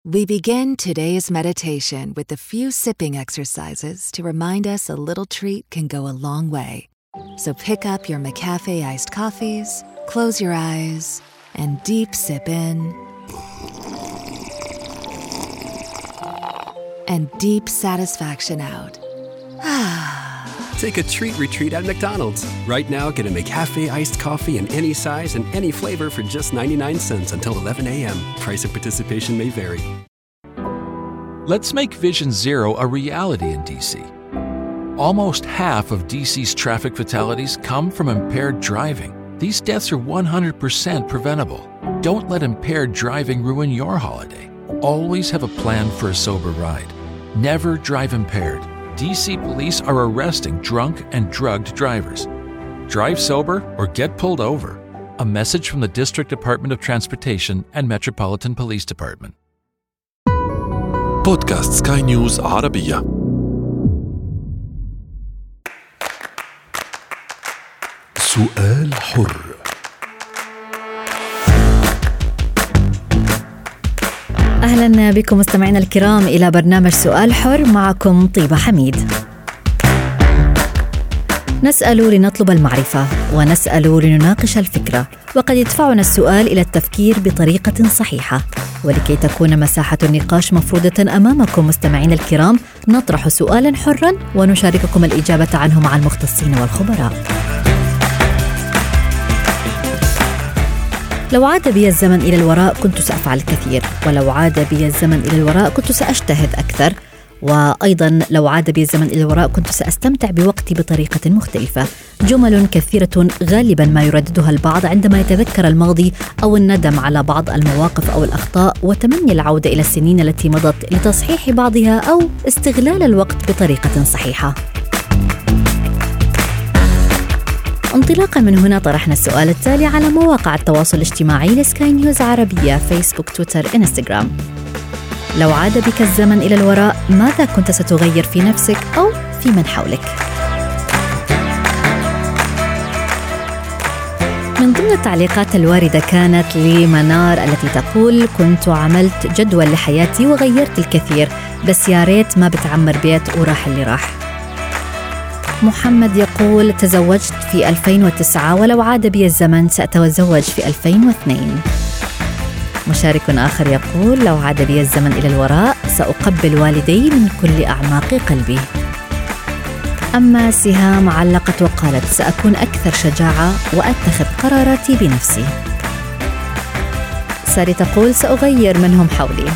We begin today's meditation with a few sipping exercises to remind us a little treat can go a long way. So pick up your McCafe iced coffees, close your eyes, and deep sip in. And deep satisfaction out. Take a treat retreat at McDonald's. Right now, get a McCafe iced coffee in any size and any flavor for just 99 cents until 11 a.m. Price of participation may vary. Let's make Vision Zero a reality in D.C. Almost half of D.C.'s traffic fatalities come from impaired driving. These deaths are 100% preventable. Don't let impaired driving ruin your holiday. Always have a plan for a sober ride. Never drive impaired. D.C. police are arresting drunk and drugged drivers. Drive sober or get pulled over. A message from the District Department of Transportation and Metropolitan Police Department. بودكاست سكاي نيوز عربية. سؤال حر. أهلا بكم مستمعينا الكرام إلى برنامج سؤال حر، معكم طيبة حميد. نسأل لنطلب المعرفة ونسأل لنناقش الفكرة، وقد يدفعنا السؤال إلى التفكير بطريقة صحيحة. ولكي تكون مساحة النقاش مفروضة أمامكم مستمعينا الكرام، نطرح سؤالا حرا ونشارككم الإجابة عنه مع المختصين والخبراء. لو عاد بي الزمن إلى الوراء كنت سأفعل الكثير، ولو عاد بي الزمن إلى الوراء كنت سأجتهد أكثر، وأيضا لو عاد بي الزمن إلى الوراء كنت سأستمتع بوقتي بطريقة مختلفة. جمل كثيرة غالبا ما يرددها البعض عندما يتذكر الماضي أو الندم على بعض المواقف أو الأخطاء، وتمني العودة إلى السنين التي مضت لتصحيح بعضها أو استغلال الوقت بطريقة صحيحة. انطلاقا من هنا طرحنا السؤال التالي على مواقع التواصل الاجتماعي لسكاي نيوز عربية، فيسبوك، تويتر، إنستغرام. لو عاد بك الزمن إلى الوراء ماذا كنت ستغير في نفسك أو في من حولك؟ من ضمن التعليقات الواردة كانت لمنار التي تقول: كنت عملت جدول لحياتي وغيرت الكثير، بس يا ريت ما بتعمر بيت وراح اللي راح. محمد يقول: تزوجت في 2009 ولو عاد بي الزمن سأتزوج في 2002. مشارك آخر يقول: لو عاد بي الزمن إلى الوراء سأقبل والدي من كل أعماق قلبي. أما سهام علقت وقالت: سأكون أكثر شجاعة وأتخذ قراراتي بنفسي. ساري تقول: سأغير منهم حولي.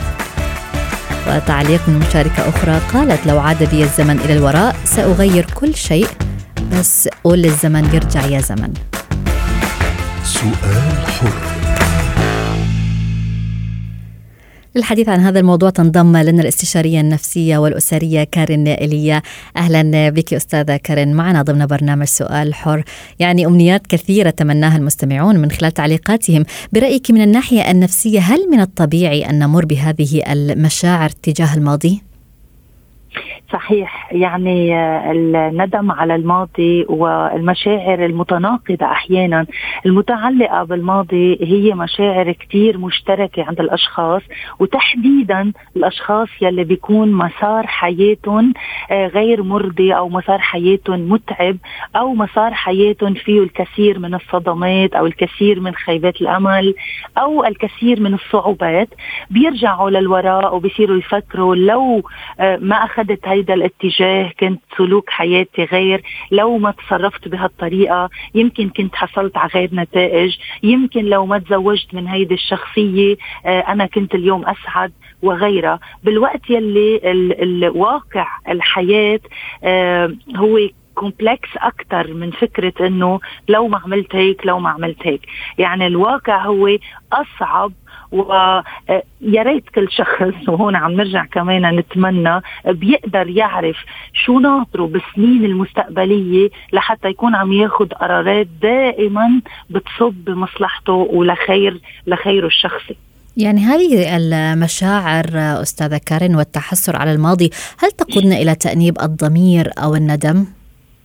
وتعليق من مشاركة أخرى قالت: لو عاد بي الزمن إلى الوراء سأغير كل شيء، بس قول للزمن يرجع يا زمن. سؤال حر. للحديث عن هذا الموضوع تنضم لنا الاستشارية النفسية والأسرية كارين إيليا. أهلا بك أستاذة كارين معنا ضمن برنامج سؤال حر. يعني أمنيات كثيرة تمناها المستمعون من خلال تعليقاتهم. برأيك من الناحية النفسية هل من الطبيعي أن نمر بهذه المشاعر تجاه الماضي؟ صحيح، يعني الندم على الماضي والمشاعر المتناقضة أحيانا المتعلقة بالماضي هي مشاعر كتير مشتركة عند الأشخاص، وتحديدا الأشخاص يلي بيكون مسار حياتهم غير مرضي أو مسار حياتهم متعب أو مسار حياتهم فيه الكثير من الصدمات أو الكثير من خيبات الأمل أو الكثير من الصعوبات. بيرجعوا للوراء وبيصيروا يفكروا لو ما أخذت هيدا الاتجاه كنت سلوك حياتي غير، لو ما تصرفت بهالطريقة يمكن كنت حصلت على غير نتائج، يمكن لو ما تزوجت من هيدي الشخصية أنا كنت اليوم أسعد وغيرها. بالوقت يلي الواقع الحياة هو كومبلكس أكتر من فكرة أنه لو ما عملت هيك لو ما عملت هيك. يعني الواقع هو أصعب، ويا ريت كل شخص، وهون عم نرجع كمان نتمنى، بيقدر يعرف شو ناطره بالسنين المستقبلية لحتى يكون عم ياخد قرارات دائما بتصب بمصلحته ولخيره الشخصي. يعني هذه المشاعر أستاذة كارين والتحسر على الماضي هل تقودنا إلى تأنيب الضمير أو الندم؟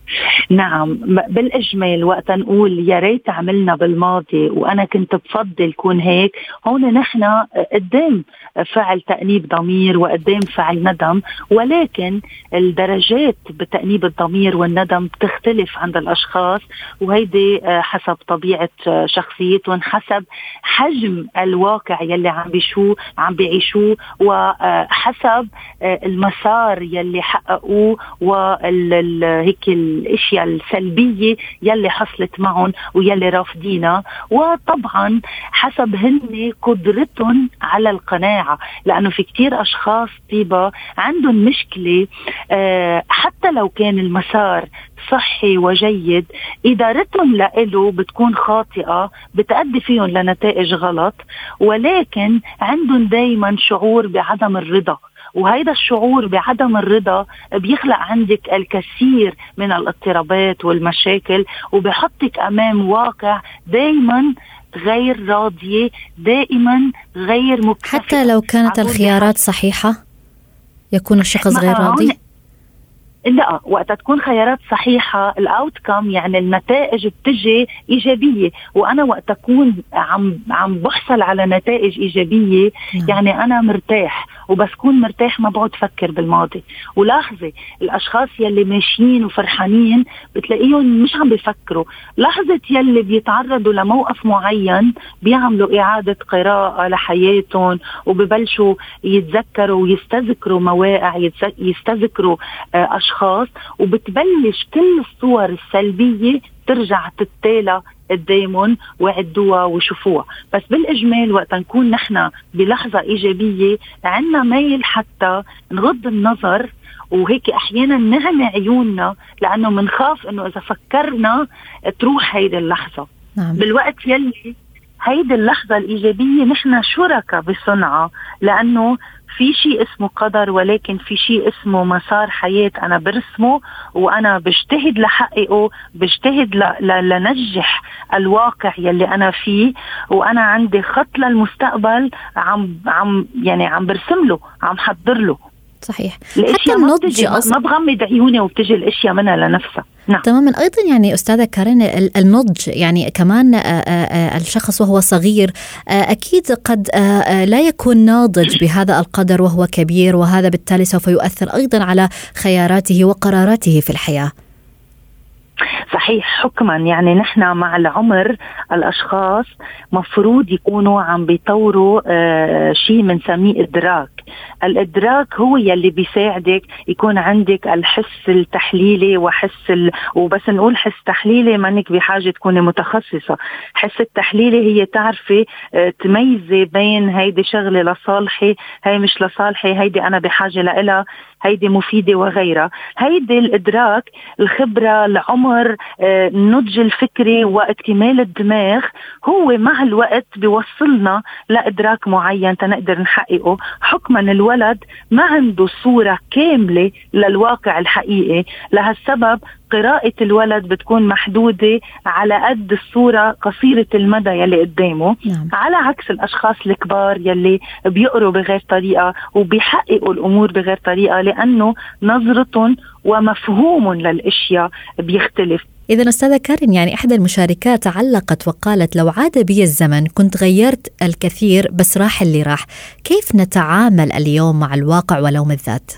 نعم، بالإجمال وقت نقول يا ريت عملنا بالماضي وأنا كنت بفضل كون هيك، هون نحن قدام فعل تأنيب ضمير وقدام فعل ندم، ولكن الدرجات بتأنيب الضمير والندم بتختلف عند الأشخاص، وهيدي حسب طبيعة شخصيتهم، حسب حجم الواقع يلي عم بيعيشوه، وحسب المسار يلي حققوه وهيك الاشياء السلبية يلي حصلت معهم ويلي رافضينها، وطبعا حسب هن قدرتهم على القناعة، لأنه في كتير أشخاص طيبة عندهم مشكلة حتى لو كان المسار صحي وجيد، إدارتهم لإله بتكون خاطئة، بتأدي فيهم لنتائج غلط، ولكن عندهم دايما شعور بعدم الرضا، وهذا الشعور بعدم الرضا بيخلق عندك الكثير من الاضطرابات والمشاكل، وبيحطك أمام واقع دايما غير راضية، دائما غير مكتفى. حتى لو كانت الخيارات صحيحة يكون الشخص غير راضي؟ لا، وقت تكون خيارات صحيحة الأوتكم يعني النتائج بتجي إيجابية، وأنا وقت أكون عم بحصل على نتائج إيجابية يعني أنا مرتاح، وبس كون مرتاح ما بقعد فكر بالماضي. ولاحظي الأشخاص يلي ماشيين وفرحانين بتلاقيهم مش عم بيفكروا، لحظة يلي بيتعرضوا لموقف معين بيعملوا إعادة قراءة لحياتهم، وببلشوا يتذكروا ويستذكروا مواقع، يستذكروا أشخاص، وبتبلش كل الصور السلبية ترجع تتالى قدامهم وعدوها وشوفوها. بس بالإجمال وقت نكون نحن بلحظة إيجابية عنا ميل حتى نغض النظر، وهيك أحيانا نعمي عيوننا لأنه منخاف أنه إذا فكرنا تروح هيدي اللحظة. بالوقت يلي هيدي اللحظة الإيجابية نحن شركة بصنعها، لأنه في شيء اسمه قدر، ولكن في شيء اسمه مسار حياة أنا برسمه، وأنا بجتهد لحققه، بجتهد لنجح الواقع يلي أنا فيه، وأنا عندي خط للمستقبل عم برسم له، عم حضر له. صحيح. حتى النضج ما بغمض عيوني وبتجي الاشياء منها لنفسها. نعم. تماما. أيضا يعني أستاذة كارين النضج يعني كمان الشخص وهو صغير أكيد قد لا يكون ناضج بهذا القدر وهو كبير، وهذا بالتالي سوف يؤثر أيضا على خياراته وقراراته في الحياة. صحيح. حكما يعني نحن مع العمر الأشخاص مفروض يكونوا عم بيطوروا شيء منسميه إدراك. الإدراك هو يلي بيساعدك يكون عندك الحس التحليلي وبس نقول حس تحليلي مانك بحاجة تكوني متخصصة. حس التحليلي هي تعرفي تميزي بين هيدي شغلة لصالحي، هاي مش لصالحي، هيدي أنا بحاجة لإلها، هيدي مفيدة وغيرها. هيدي الإدراك، الخبرة، العمر، النضج الفكري واكتمال الدماغ هو مع الوقت بيوصلنا لإدراك معين تنقدر نحققه. حكما الولد ما عنده صورة كاملة للواقع الحقيقي، لهالسبب قراءة الولد بتكون محدودة على قد الصورة قصيرة المدى يلي قدامه. على عكس الأشخاص الكبار يلي بيقروا بغير طريقة وبيحققوا الأمور بغير طريقة، لأنه نظرتهم ومفهوم للأشياء بيختلف. إذن أستاذة كارين يعني إحدى المشاركات علقت وقالت لو عاد بي الزمن كنت غيرت الكثير بس راح اللي راح. كيف نتعامل اليوم مع الواقع ولوم الذات؟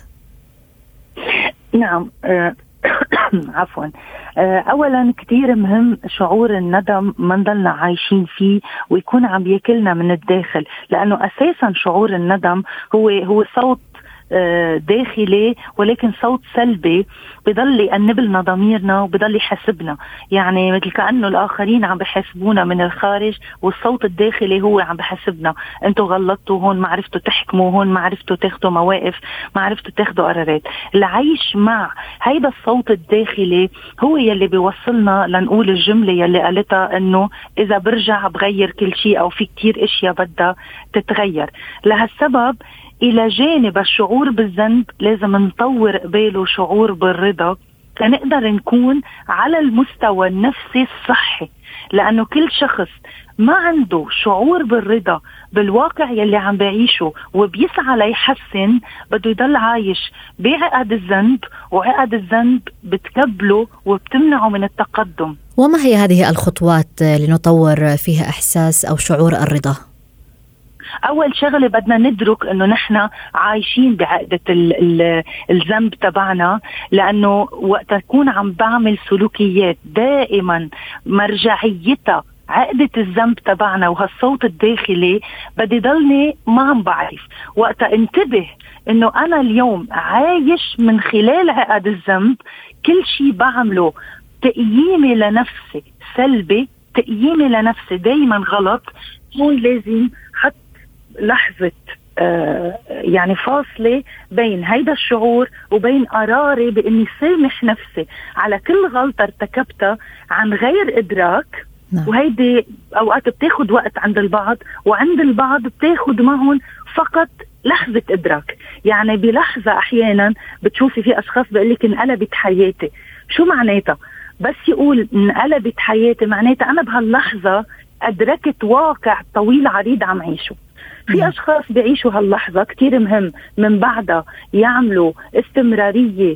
نعم عفوا. أولا كتير مهم شعور الندم ما نضلنا عايشين فيه ويكون عم بياكلنا من الداخل، لأنه أساسا شعور الندم هو صوت داخلي، ولكن صوت سلبي بضل يأنب لنا ضميرنا وبضل يحاسبنا، يعني مثل كأنه الآخرين عم بحاسبونا من الخارج والصوت الداخلي هو عم بحاسبنا. انتوا غلطتوا هون، ما عرفتوا تحكموا هون، ما عرفتوا تاخدوا مواقف، ما عرفتوا تاخدوا قرارات. العيش مع هيدا الصوت الداخلي هو يلي بيوصلنا لنقول الجملة يلي قالتها انه اذا برجع بغير كل شيء، او في كتير اشياء بدها تتغير. لهالسبب إلى جانب الشعور بالذنب لازم نطور قباله شعور بالرضا كنقدر نكون على المستوى النفسي الصحي، لأنه كل شخص ما عنده شعور بالرضا بالواقع يلي عم بعيشه وبيسعى ليحسن، بده يضل عايش بعقد الذنب، وعقد الذنب بتكبله وبتمنعه من التقدم. وما هي هذه الخطوات لنطور فيها إحساس أو شعور الرضا؟ أول شغلة بدنا ندرك أنه نحن عايشين بعقدة الذنب تبعنا، لأنه وقت تكون عم بعمل سلوكيات دائما مرجعيتها عقدة الذنب تبعنا وهالصوت الداخلي، بدي ضلني ما عم بعرف. وقت انتبه أنه أنا اليوم عايش من خلال عقد الذنب، كل شيء بعمله تقييمي لنفسي سلبي، تقييمي لنفسي دايما غلط. هون لازم حط لحظة يعني فاصلة بين هيدا الشعور وبين قراري بإني سامح نفسي على كل غلطة ارتكبتها عن غير إدراك. وهيدي أوقات بتاخد وقت عند البعض، وعند البعض بتاخد معهم فقط لحظة إدراك. يعني بلحظة أحيانا بتشوفي في أشخاص بيقولك انقلبت حياتي. شو معناتها؟ بس يقول انقلبت حياتي معناتها أنا بهاللحظة أدركت واقع طويل عريض عم عيشه. في أشخاص بيعيشوا هاللحظة كتير مهم من بعدها يعملوا استمرارية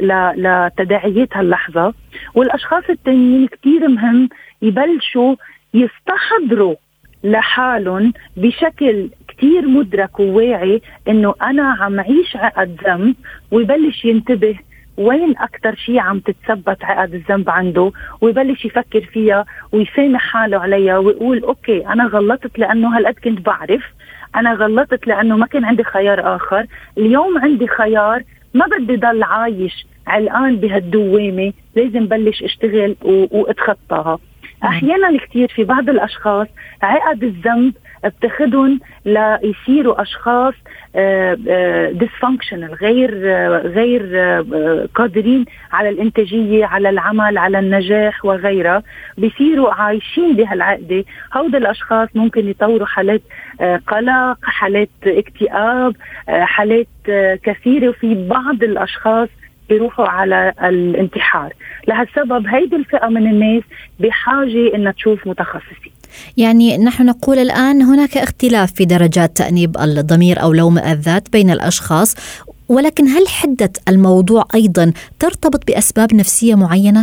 لتداعيات هاللحظة، والأشخاص التانيين كتير مهم يبلشوا يستحضروا لحالهم بشكل كتير مدرك وواعي إنه أنا عم عيش عقد ذنب، ويبلش ينتبه وين أكتر شيء عم تتثبت عقد الذنب عنده، ويبلش يفكر فيها ويسامح حاله عليها ويقول أوكي أنا غلطت لأنه هالقد كنت بعرف، أنا غلطت لأنه ما كان عندي خيار آخر، اليوم عندي خيار، ما بدي ضل عايش علقان بهالدوامة، لازم بلش اشتغل واتخطاها. أحيانا كتير في بعض الأشخاص عقد الذنب بتاخدهم ليصيروا أشخاص dysfunctional، غير قادرين على الإنتاجية، على العمل، على النجاح وغيرها. بيصيروا عايشين بهالعقدة. هؤلاء الأشخاص ممكن يطوروا حالات قلق، حالات اكتئاب، حالات كثيرة، وفي بعض الأشخاص بيروحوا على الانتحار. لهالسبب هيدي الفئة من الناس بحاجة إن تشوف متخصصين. يعني نحن نقول الآن هناك اختلاف في درجات تأنيب الضمير أو لوم الذات بين الأشخاص، ولكن هل حدة الموضوع أيضا ترتبط بأسباب نفسية معينة؟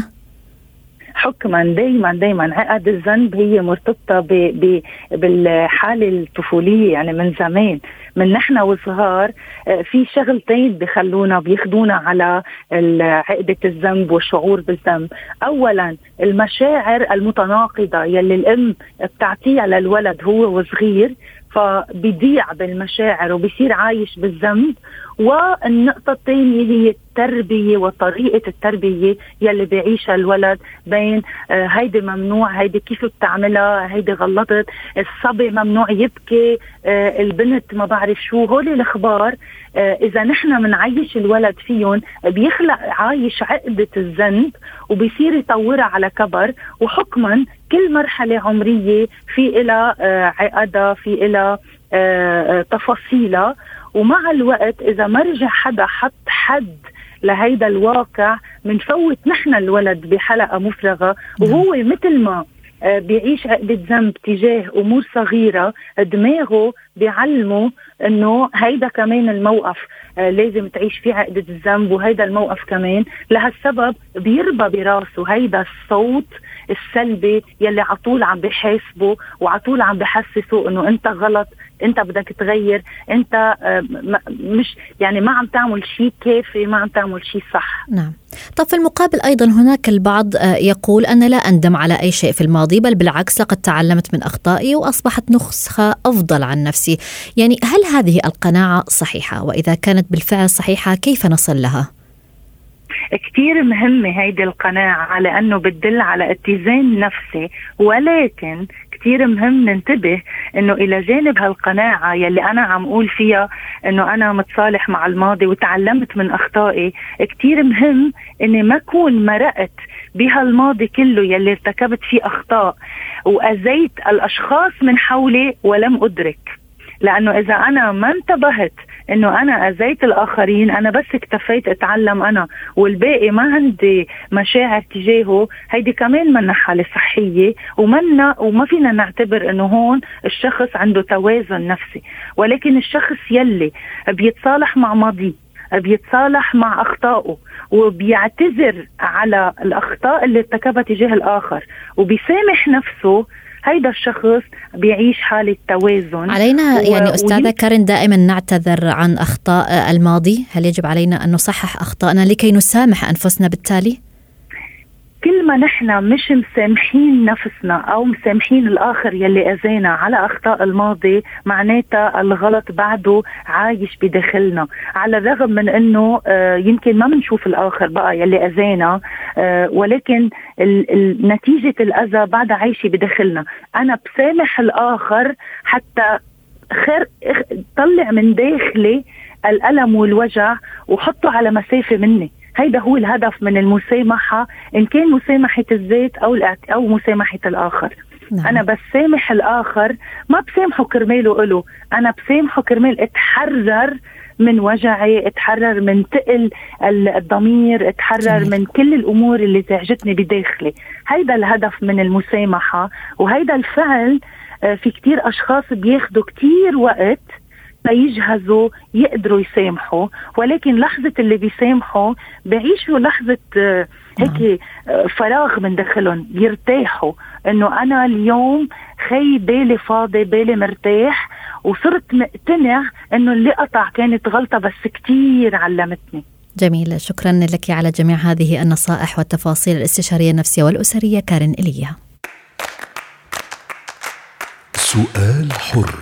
حكما دايما عقد الذنب هي مرتبطة بالحالة الطفولية. يعني من زمان، من نحن وصغار، في شغلتين بيخدونا على عقدة الذنب والشعور بالذنب. أولا المشاعر المتناقضة يلي الأم بتعطيها للولد هو وصغير، فبيضيع بالمشاعر وبيصير عايش بالذنب. والنقطة الثانية هي التربية وطريقة التربية يلي بيعيشها الولد، بين هيدي ممنوع، هيدي كيف بتعملها، هيدي غلطت، الصبي ممنوع يبكي، البنت ما بعرف شو. هولي الأخبار إذا نحن منعيش الولد فيهم بيخلق عايش عقدة الذنب وبيصير يطورها على كبر. وحكما كل مرحلة عمرية في إلى عقدها، في إلى تفاصيلها. ومع الوقت إذا ما رجع حدا حط حد لهيدا الواقع، منفوت نحن الولد بحلقة مفرغة، وهو مثل ما بيعيش عقدة ذنب تجاه أمور صغيرة، دماغه بيعلمه إنه هيدا كمان الموقف لازم تعيش فيه عقدة الذنب، وهيدا الموقف كمان. لهالسبب بيربى براسه هيدا الصوت السلبي يلي عطول عم بحاسبه وعطول عم بحسسه إنه أنت غلط، أنت بدك تغير، أنت مش يعني ما عم تعمل شيء كافي، ما عم تعمل شيء صح. نعم. طب في المقابل أيضا هناك البعض يقول أنا لا أندم على أي شيء في الماضي، بل بالعكس لقد تعلمت من أخطائي وأصبحت نسخة أفضل عن نفسي. يعني هل هذه القناعة صحيحة؟ وإذا كانت بالفعل صحيحة كيف نصل لها؟ كتير مهمة هيدي القناعة لأنه بتدل على اتزان نفسي، ولكن كتير مهم ننتبه إنه إلى جانب هالقناعة يلي أنا عم أقول فيها إنه أنا متصالح مع الماضي وتعلمت من أخطائي، كتير مهم إني ما أكون مرقت بهالماضي كله يلي ارتكبت فيه أخطاء وأذيت الأشخاص من حولي ولم أدرك. لأنه إذا أنا ما انتبهت انه انا اذيت الاخرين، انا بس اكتفيت اتعلم انا والباقي ما عندي مشاعر تجاهه، هيدي كمان منا حالة صحية وما فينا نعتبر انه هون الشخص عنده توازن نفسي. ولكن الشخص يلي بيتصالح مع ماضيه، بيتصالح مع أخطائه، وبيعتذر على الأخطاء اللي ارتكبها تجاه الآخر، وبيسامح نفسه، هيدا الشخص بيعيش حالة توازن. علينا يعني أستاذة كارين دائما نعتذر عن أخطاء الماضي، هل يجب علينا أن نصحح أخطائنا لكي نسامح أنفسنا بالتالي؟ كل ما نحن مش مسامحين نفسنا أو مسامحين الآخر يلي أذينا على أخطاء الماضي، معناتها الغلط بعده عايش بداخلنا، على الرغم من أنه يمكن ما منشوف الآخر بقى يلي أذينا، ولكن نتيجة الأذى بعدها عايشة بداخلنا. أنا بسامح الآخر حتى طلع من داخلي الألم والوجع وحطه على مسافة مني. هيدا هو الهدف من المسامحة، إن كان مسامحة الذات أو مسامحة الآخر. نعم. أنا بسامح الآخر، ما بسامحه كرماله إله، أنا بسامحه كرمال اتحرر من وجعي، اتحرر من تقل الضمير، اتحرر جميل. من كل الأمور اللي زعجتني بداخلي. هيدا الهدف من المسامحة، وهيدا الفعل في كتير أشخاص بياخدوا كتير وقت يجهزوا يقدروا يسامحوا، ولكن لحظة اللي بيسامحوا بيعيشوا لحظة هيك فراغ من داخلهم، يرتاحوا انه انا اليوم خي بالي فاضي، بالي مرتاح، وصرت مقتنع انه اللي قطع كانت غلطة بس كتير علمتني. جميل، شكرا لك على جميع هذه النصائح والتفاصيل الاستشارية النفسية والأسرية كارين إيليا. سؤال حر.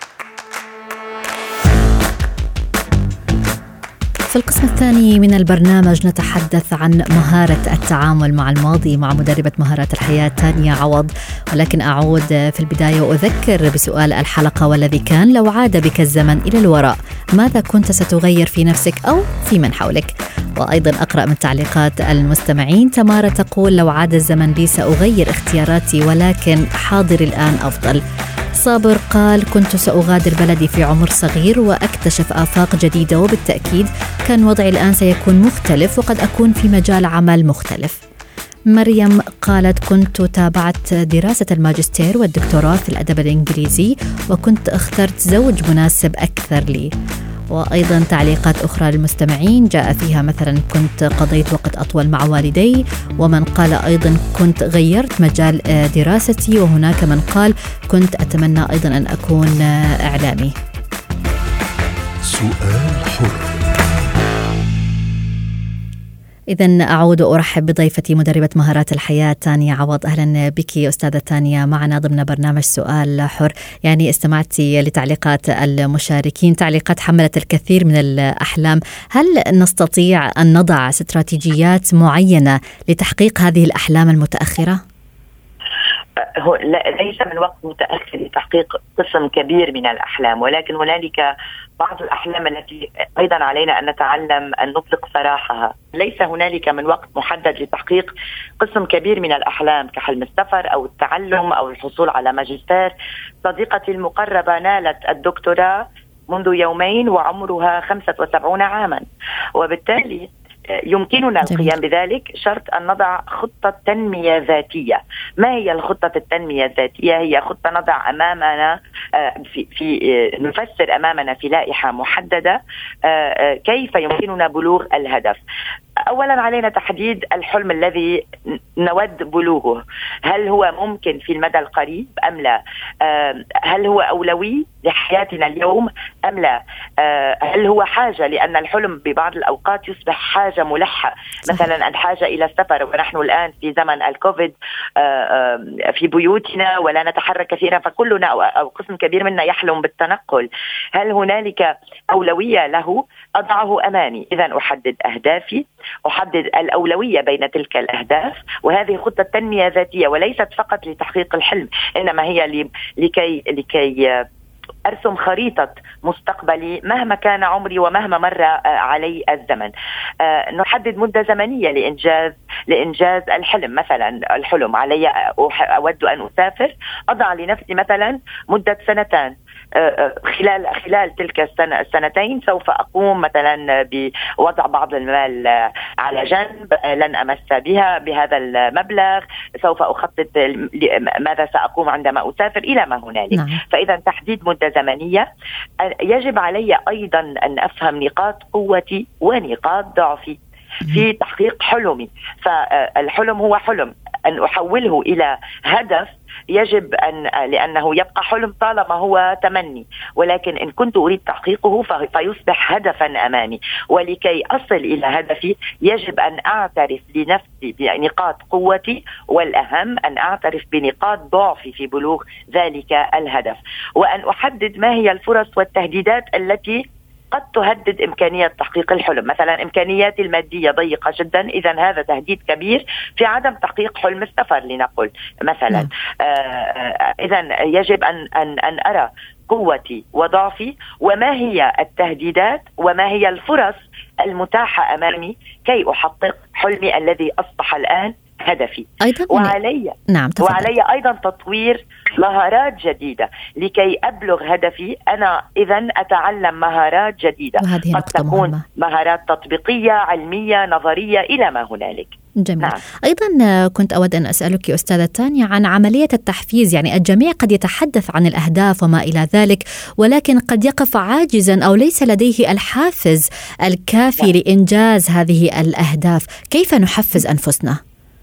في القسم الثاني من البرنامج نتحدث عن مهارة التعامل مع الماضي مع مدربة مهارات الحياة تانيا عوض، ولكن أعود في البداية وأذكر بسؤال الحلقة والذي كان: لو عاد بك الزمن إلى الوراء ماذا كنت ستغير في نفسك أو في من حولك؟ وأيضا أقرأ من تعليقات المستمعين. تمارا تقول: لو عاد الزمن بي سأغير اختياراتي ولكن حاضري الآن أفضل. صابر قال: كنت سأغادر بلدي في عمر صغير وأكتشف آفاق جديدة، وبالتأكيد كان وضعي الآن سيكون مختلف وقد أكون في مجال عمل مختلف. مريم قالت: كنت تابعت دراسة الماجستير والدكتوراه في الأدب الإنجليزي وكنت اخترت زوج مناسب أكثر لي. وأيضا تعليقات أخرى للمستمعين جاء فيها مثلا: كنت قضيت وقت أطول مع والدي، ومن قال أيضا كنت غيرت مجال دراستي، وهناك من قال كنت أتمنى أيضا أن أكون إعلامي. سؤال حر. إذن أعود وأرحب بضيفتي مدربة مهارات الحياة تانيا عوض. أهلا بك أستاذة تانيا معنا ضمن برنامج سؤال حر. يعني استمعتي لتعليقات المشاركين، تعليقات حملت الكثير من الأحلام. هل نستطيع أن نضع استراتيجيات معينة لتحقيق هذه الأحلام المتأخرة؟ ليس من وقت متأخر لتحقيق قسم كبير من الأحلام، ولكن هنالك بعض الأحلام التي أيضا علينا أن نتعلم أن نطلق سراحها. ليس هنالك من وقت محدد لتحقيق قسم كبير من الأحلام كحلم السفر أو التعلم أو الحصول على ماجستير. صديقتي المقربة نالت الدكتوراه منذ يومين وعمرها 75 عاما، وبالتالي يمكننا القيام بذلك، شرط أن نضع خطة تنمية ذاتية. ما هي الخطة التنمية الذاتية؟ هي خطة نضع أمامنا نفسر أمامنا في لائحة محددة كيف يمكننا بلوغ الهدف. أولا علينا تحديد الحلم الذي نود بلوغه، هل هو ممكن في المدى القريب أم لا؟ هل هو أولوي لحياتنا اليوم أم لا؟ هل هو حاجة؟ لأن الحلم ببعض الأوقات يصبح حاجة ملحة، مثلا الحاجة إلى السفر، ونحن الآن في زمن الكوفيد في بيوتنا ولا نتحرك كثيرا، فكلنا أو قسم كبير منا يحلم بالتنقل. هل هنالك أولوية له؟ أضعه أمامي، إذن أحدد أهدافي، أحدد الأولوية بين تلك الأهداف، وهذه خطة تنمية ذاتية، وليست فقط لتحقيق الحلم، إنما هي لكي أرسم خريطة مستقبلي مهما كان عمري ومهما مر علي الزمن. نحدد مدة زمنية لإنجاز الحلم. مثلا الحلم علي أود أن أسافر، أضع لنفسي مثلا مدة 2 سنين. خلال تلك السنتين سوف أقوم مثلا بوضع بعض المال على جنب، لن أمس بها بهذا المبلغ، سوف أخطط ماذا سأقوم عندما أسافر إلى ما هنالك. نعم. فإذا تحديد مدة زمنية. يجب علي أيضا أن أفهم نقاط قوتي ونقاط ضعفي في تحقيق حلمي. فالحلم هو حلم، أن أحوله إلى هدف يجب لأنه يبقى حلم طالما هو تمني، ولكن إن كنت أريد تحقيقه فيصبح هدفا أمامي. ولكي أصل إلى هدفي يجب أن أعترف لنفسي بنقاط قوتي، والأهم أن أعترف بنقاط ضعفي في بلوغ ذلك الهدف، وأن أحدد ما هي الفرص والتهديدات التي قد تهدد إمكانية تحقيق الحلم. مثلا إمكانياتي المادية ضيقة جدا، إذا هذا تهديد كبير في عدم تحقيق حلم السفر لنقل مثلا. إذا يجب أن أرى قوتي وضعفي، وما هي التهديدات وما هي الفرص المتاحة أمامي كي أحقق حلمي الذي أصبح الآن هدفي. وعلي أيضا تطوير مهارات جديدة لكي أبلغ هدفي. أنا إذن أتعلم مهارات جديدة، قد تكون مهمة. مهارات تطبيقية، علمية، نظرية، إلى ما هنالك. جميل. نعم. أيضا كنت أود أن أسألك أستاذة تانيا عن عملية التحفيز. يعني الجميع قد يتحدث عن الأهداف وما إلى ذلك، ولكن قد يقف عاجزا أو ليس لديه الحافز الكافي لإنجاز هذه الأهداف. كيف نحفز أنفسنا؟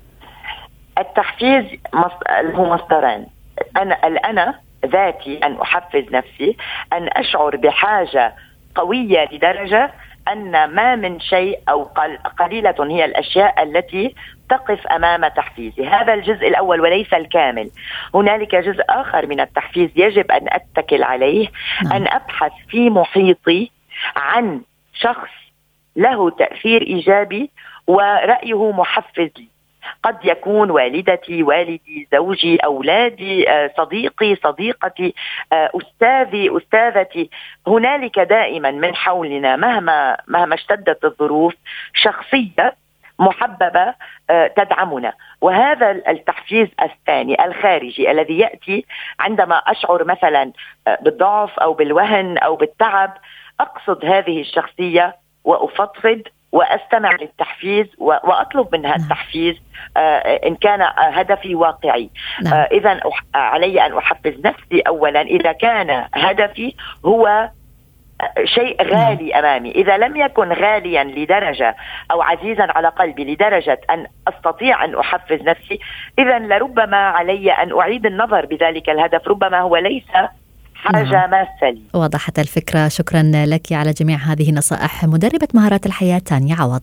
التحفيز له مصدران. أنا ذاتي، أن أحفز نفسي، أن أشعر بحاجة قوية لدرجة أن ما من شيء أو قليلة هي الأشياء التي تقف أمام تحفيزي. هذا الجزء الأول وليس الكامل. هنالك جزء آخر من التحفيز يجب أن أتكل عليه، أن أبحث في محيطي عن شخص له تأثير إيجابي ورأيه محفز لي. قد يكون والدتي، والدي، زوجي، أولادي، صديقي، صديقتي، أستاذي، أستاذتي. هنالك دائما من حولنا مهما اشتدت الظروف شخصية محببة تدعمنا. وهذا التحفيز الثاني الخارجي الذي يأتي عندما أشعر مثلا بالضعف أو بالوهن أو بالتعب، أقصد هذه الشخصية وأفضفض وأستمع للتحفيز وأطلب منها التحفيز إن كان هدفي واقعي. إذن علي أن أحفز نفسي أولا إذا كان هدفي هو شيء غالي أمامي. إذا لم يكن غاليا لدرجة أو عزيزا على قلبي لدرجة أن أستطيع أن أحفز نفسي، إذن لربما علي أن أعيد النظر بذلك الهدف، ربما هو ليس حاجة ماسة لي. وضحت الفكرة. شكرا لك على جميع هذه النصائح مدربة مهارات الحياة تانيا عوض.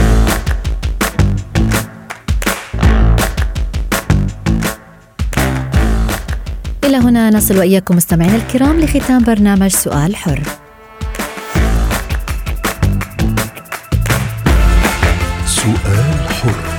إلى هنا نصل وإياكم مستمعينا الكرام لختام برنامج سؤال حر. سؤال حر.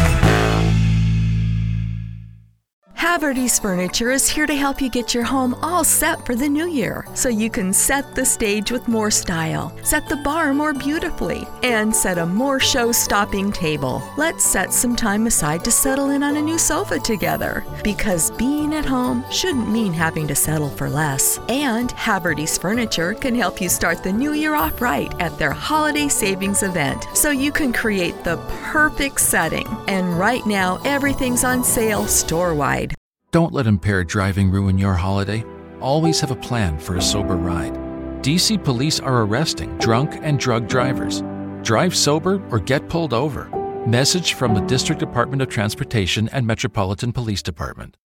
Haverty's Furniture is here to help you get your home all set for the new year, so you can set the stage with more style, set the bar more beautifully, and set a more show-stopping table. Let's set some time aside to settle in on a new sofa together, because being at home shouldn't mean having to settle for less. And Haverty's Furniture can help you start the new year off right at their holiday savings event, so you can create the perfect setting. And right now, everything's on sale store-wide. Don't let impaired driving ruin your holiday. Always have a plan for a sober ride. DC police are arresting drunk and drug drivers. Drive sober or get pulled over. Message from the District Department of Transportation and Metropolitan Police Department.